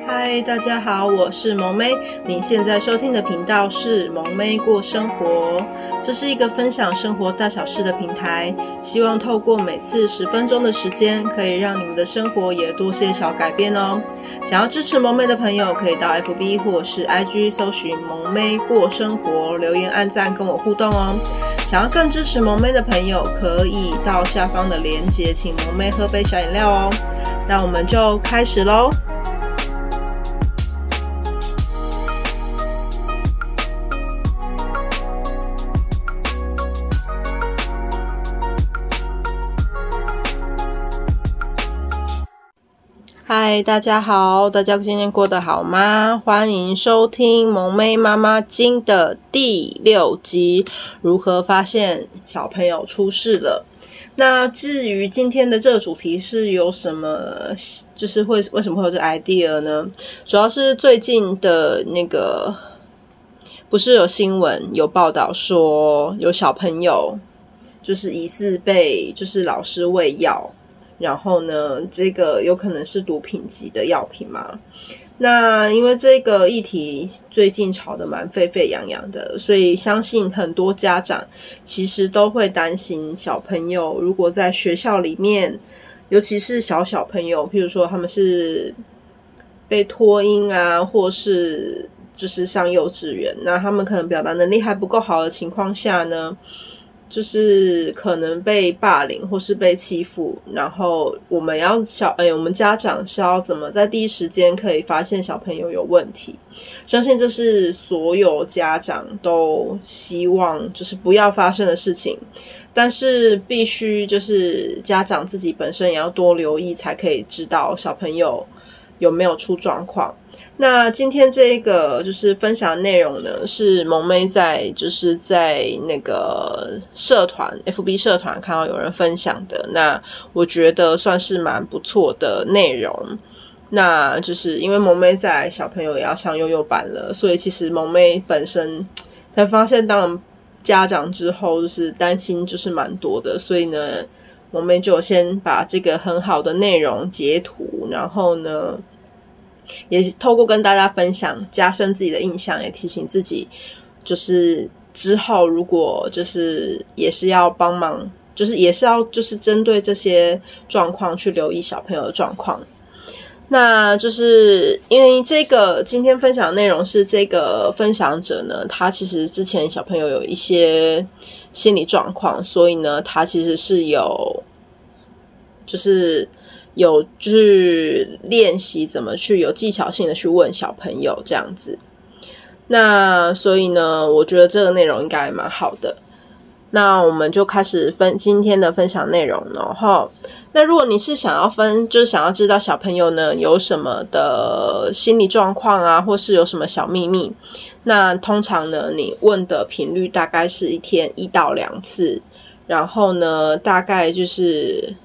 嗨，大家好，我是萌妹。你现在收听的频道是萌妹过生活，这是一个分享生活大小事的平台，希望透过每次10分钟的时间，可以让你们的生活也多些小改变哦。想要支持萌妹的朋友，可以到 FB 或是 IG 搜寻萌妹过生活，留言按赞跟我互动哦。想要更支持萌妹的朋友，可以到下方的连结，请萌妹喝杯小饮料哦。那我们就开始咯。嗨，大家好，大家今天过得好吗？欢迎收听萌妹妈妈经的第6集，如何发现小朋友出事了。那至于今天的这个主题是有什么，就是为什么会有这个 idea 呢？主要是最近的那个，不是有新闻有报道说有小朋友就是疑似被就是老师喂药，然后呢，这个有可能是毒品级的药品嘛？那因为这个议题最近吵得蛮沸沸扬扬的，所以相信很多家长其实都会担心小朋友如果在学校里面，尤其是小朋友，譬如说他们是被托婴啊，或是就是上幼稚园，那他们可能表达能力还不够好的情况下呢，就是可能被霸凌或是被欺负，然后我们家长是要怎么在第一时间可以发现小朋友有问题？相信这是所有家长都希望就是不要发生的事情，但是必须就是家长自己本身也要多留意，才可以知道小朋友有没有出状况。那今天这个就是分享的内容呢，是萌妹在那个社团 FB 社团看到有人分享的，那我觉得算是蛮不错的内容。那就是因为萌妹在小朋友也要上幼幼班了，所以其实萌妹本身才发现，当然家长之后就是担心就是蛮多的，所以呢萌妹就先把这个很好的内容截图，然后呢也透过跟大家分享，加深自己的印象，也提醒自己，就是之后如果就是也是要帮忙，就是也是要就是针对这些状况去留意小朋友的状况。那就是因为这个今天分享的内容是这个分享者呢，他其实之前小朋友有一些心理状况，所以呢他其实是有就是练习怎么去有技巧性的去问小朋友这样子。那所以呢我觉得这个内容应该蛮好的。那我们就开始今天的分享内容了。那如果你是想要知道小朋友呢有什么的心理状况啊，或是有什么小秘密，那通常呢你问的频率大概是一天1到2次，然后呢大概就是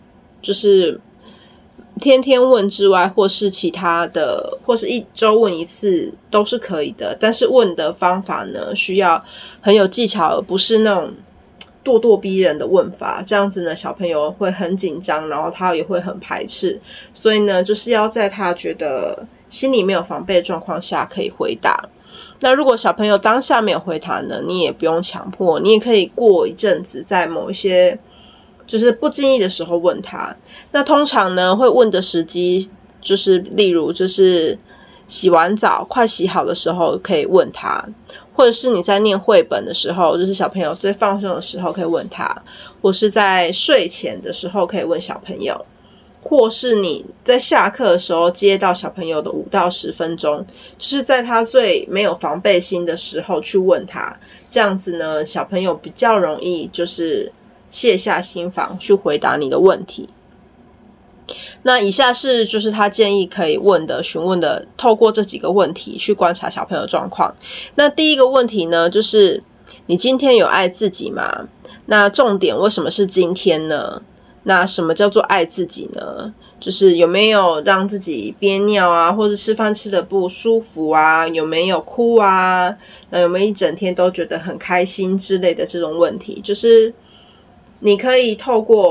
天天问之外，或是其他的，或是1周问1次都是可以的，但是问的方法呢需要很有技巧，而不是那种咄咄逼人的问法，这样子呢小朋友会很紧张，然后他也会很排斥，所以呢就是要在他觉得心里没有防备的状况下可以回答。那如果小朋友当下没有回答呢，你也不用强迫，你也可以过一阵子在某一些就是不经意的时候问他。那通常呢会问的时机就是例如就是洗完澡快洗好的时候可以问他，或者是你在念绘本的时候，就是小朋友最放松的时候可以问他，或是在睡前的时候可以问小朋友，或是你在下课的时候接到小朋友的5到10分钟，就是在他最没有防备心的时候去问他，这样子呢小朋友比较容易就是卸下心防去回答你的问题。那以下是就是他建议可以询问的，透过这几个问题去观察小朋友的状况。那第一个问题呢，就是你今天有爱自己吗？那重点为什么是今天呢？那什么叫做爱自己呢？就是有没有让自己憋尿啊，或者吃饭吃得不舒服啊，有没有哭啊，那有没有一整天都觉得很开心之类的这种问题，就是你可以透过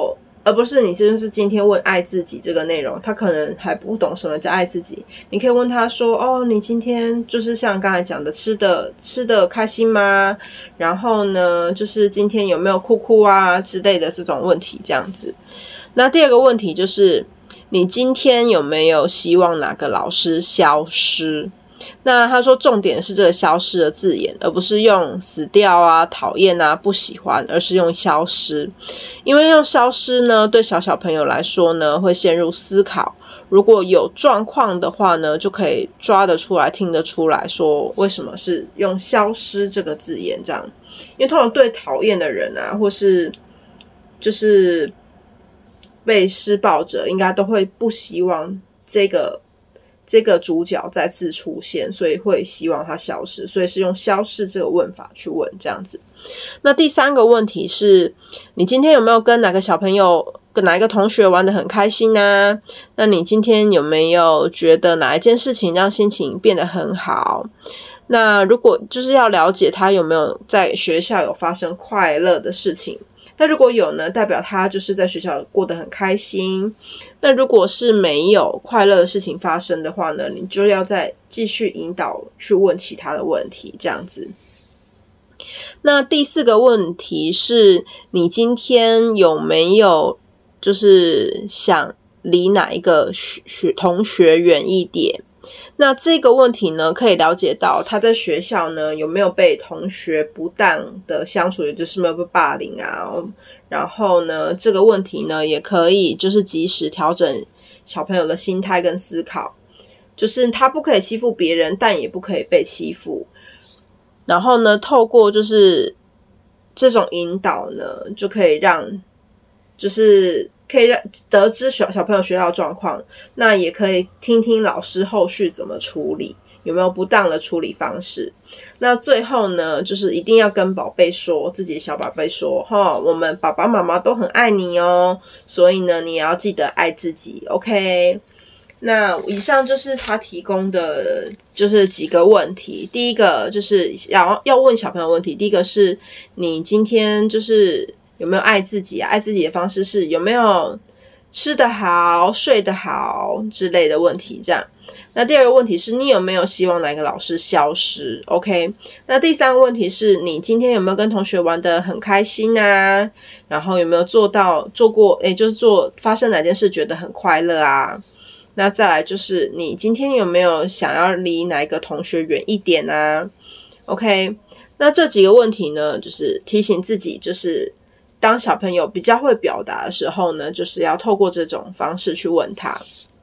而不是你就是今天问爱自己这个内容，他可能还不懂什么叫爱自己。你可以问他说，哦，你今天就是像刚才讲的吃的开心吗？然后呢，就是今天有没有哭哭啊之类的这种问题这样子。那第二个问题就是你今天有没有希望哪个老师消失？那他说重点是这个消失的字眼，而不是用死掉啊、讨厌啊、不喜欢，而是用消失。因为用消失呢，对小朋友来说呢，会陷入思考。如果有状况的话呢，就可以抓得出来、听得出来说为什么是用消失这个字眼这样。因为通常对讨厌的人啊，或是就是被施暴者，应该都会不希望这个主角再次出现，所以会希望他消失，所以是用消失这个问法去问这样子。那第三个问题是，你今天有没有跟哪个小朋友、跟哪一个同学玩得很开心啊？那你今天有没有觉得哪一件事情让心情变得很好？那如果就是要了解他有没有在学校有发生快乐的事情，那如果有呢，代表他就是在学校过得很开心。那如果是没有快乐的事情发生的话呢，你就要再继续引导去问其他的问题这样子。那第四个问题是，你今天有没有就是想离哪一个同学远一点？那这个问题呢，可以了解到他在学校呢有没有被同学不当的相处，也就是没有被霸凌啊。然后呢，这个问题呢也可以就是及时调整小朋友的心态跟思考，就是他不可以欺负别人，但也不可以被欺负。然后呢，透过就是这种引导呢，就可以让得知小朋友学校的状况，那也可以听听老师后续怎么处理，有没有不当的处理方式。那最后呢，就是一定要跟宝贝说，自己的小宝贝说，我们爸爸妈妈都很爱你哦，所以呢，你也要记得爱自己 ，OK？ 那以上就是他提供的就是几个问题。第一个就是要问小朋友问题，第一个是你今天就是有没有爱自己啊？爱自己的方式是有没有吃得好、睡得好之类的问题这样。那第二个问题是你有没有希望哪个老师消失 OK？ 那第三个问题是你今天有没有跟同学玩得很开心啊？然后有没有做过就是发生哪件事觉得很快乐啊？那再来就是你今天有没有想要离哪一个同学远一点啊？ OK？ 那这几个问题呢，就是提醒自己，就是当小朋友比较会表达的时候呢，就是要透过这种方式去问他。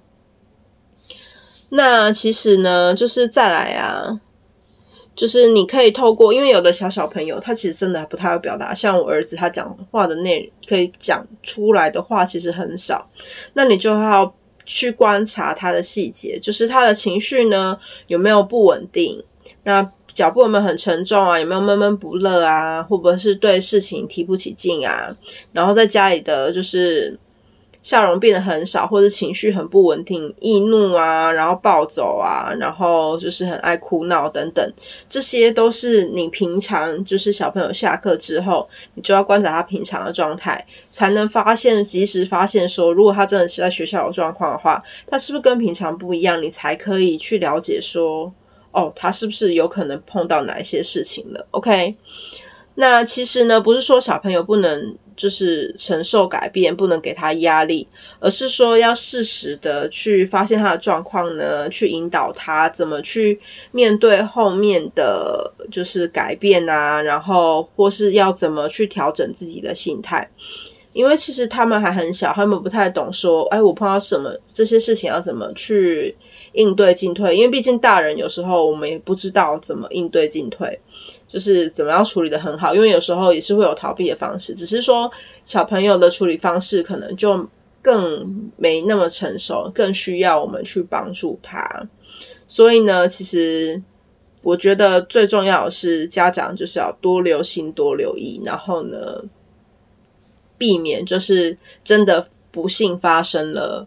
那其实呢，就是再来啊，就是你可以透过，因为有的小朋友他其实真的不太会表达，像我儿子他讲话的内容可以讲出来的话其实很少，那你就要去观察他的细节，就是他的情绪呢有没有不稳定，那脚步有没有很沉重啊，有没有闷闷不乐啊，会不会是对事情提不起劲啊，然后在家里的就是笑容变得很少，或者情绪很不稳定，易怒啊，然后暴走啊，然后就是很爱哭闹等等，这些都是你平常就是小朋友下课之后，你就要观察他平常的状态，才能及时发现说，如果他真的是在学校有状况的话，他是不是跟平常不一样，你才可以去了解说，他是不是有可能碰到哪一些事情了 OK？ 那其实呢，不是说小朋友不能就是承受改变，不能给他压力，而是说要适时的去发现他的状况呢，去引导他怎么去面对后面的就是改变啊，然后或是要怎么去调整自己的心态。因为其实他们还很小，他们不太懂说我碰到什么这些事情要怎么去应对进退，因为毕竟大人有时候我们也不知道怎么应对进退，就是怎么样处理得很好，因为有时候也是会有逃避的方式，只是说小朋友的处理方式可能就更没那么成熟，更需要我们去帮助他。所以呢，其实我觉得最重要的是家长就是要多留心多留意，然后呢避免就是真的不幸发生了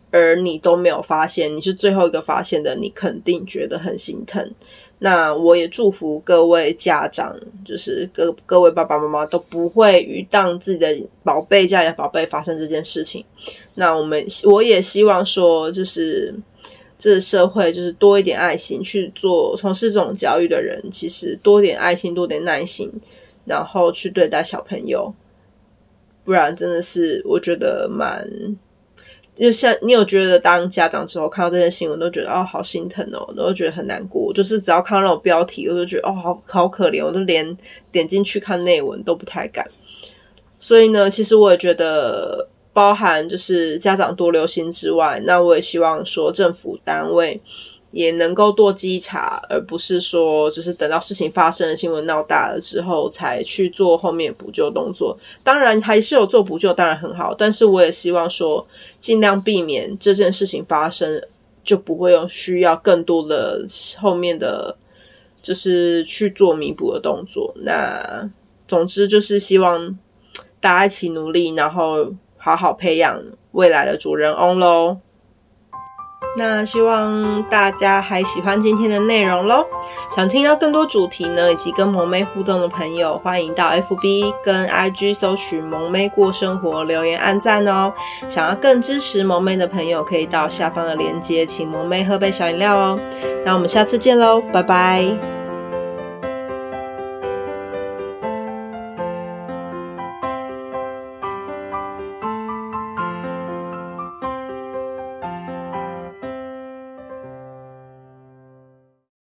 而你都没有发现，你是最后一个发现的，你肯定觉得很心疼。那我也祝福各位家长，就是各位爸爸妈妈都不会遇到自己的宝贝家里的宝贝发生这件事情。那我也希望说，就是这个社会就是多一点爱心去从事这种教育的人，其实多点爱心，多点耐心，然后去对待小朋友，不然真的是我觉得就像你有觉得当家长之后看到这些新闻都觉得好心疼哦，都觉得很难过，就是只要看到那种标题我就觉得好可怜，我都连点进去看内文都不太敢。所以呢，其实我也觉得包含就是家长多留心之外，那我也希望说政府单位也能够多稽查，而不是说就是等到事情发生了，新闻闹大了之后才去做后面补救动作。当然还是有做补救，当然很好，但是我也希望说尽量避免这件事情发生，就不会有需要更多的后面的就是去做弥补的动作。那总之就是希望大家一起努力，然后好好培养未来的主人翁咯。那希望大家还喜欢今天的内容咯。想听到更多主题呢，以及跟萌妹互动的朋友，欢迎到 FB 跟 IG 搜寻萌妹过生活，留言按赞哦。想要更支持萌妹的朋友，可以到下方的链接请萌妹喝杯小饮料哦。那我们下次见咯，拜拜。